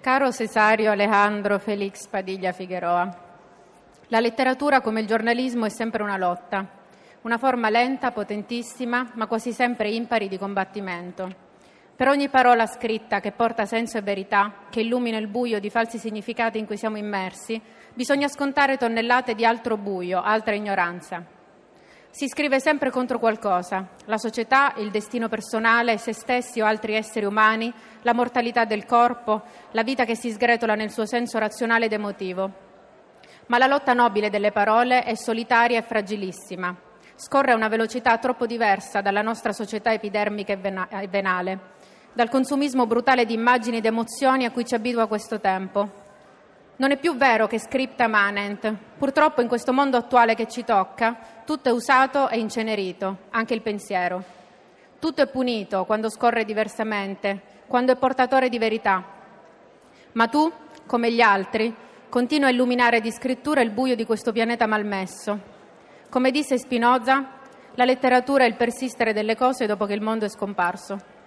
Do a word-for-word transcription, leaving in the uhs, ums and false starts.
Caro Cesario Alejandro Félix Padilla Figueroa, la letteratura, come il giornalismo, è sempre una lotta, una forma lenta, potentissima, ma quasi sempre impari di combattimento. Per ogni parola scritta che porta senso e verità, che illumina il buio di falsi significati in cui siamo immersi, bisogna scontare tonnellate di altro buio, altra ignoranza. Si scrive sempre contro qualcosa: la società, il destino personale, se stessi o altri esseri umani, la mortalità del corpo, la vita che si sgretola nel suo senso razionale ed emotivo. Ma la lotta nobile delle parole è solitaria e fragilissima. Scorre a una velocità troppo diversa dalla nostra società epidermica e venale, dal consumismo brutale di immagini ed emozioni a cui ci abitua questo tempo. Non è più vero che scripta manent. Purtroppo in questo mondo attuale che ci tocca, tutto è usato e incenerito, anche il pensiero. Tutto è punito quando scorre diversamente, quando è portatore di verità. Ma tu, come gli altri, continui a illuminare di scrittura il buio di questo pianeta malmesso. Come disse Spinoza, la letteratura è il persistere delle cose dopo che il mondo è scomparso.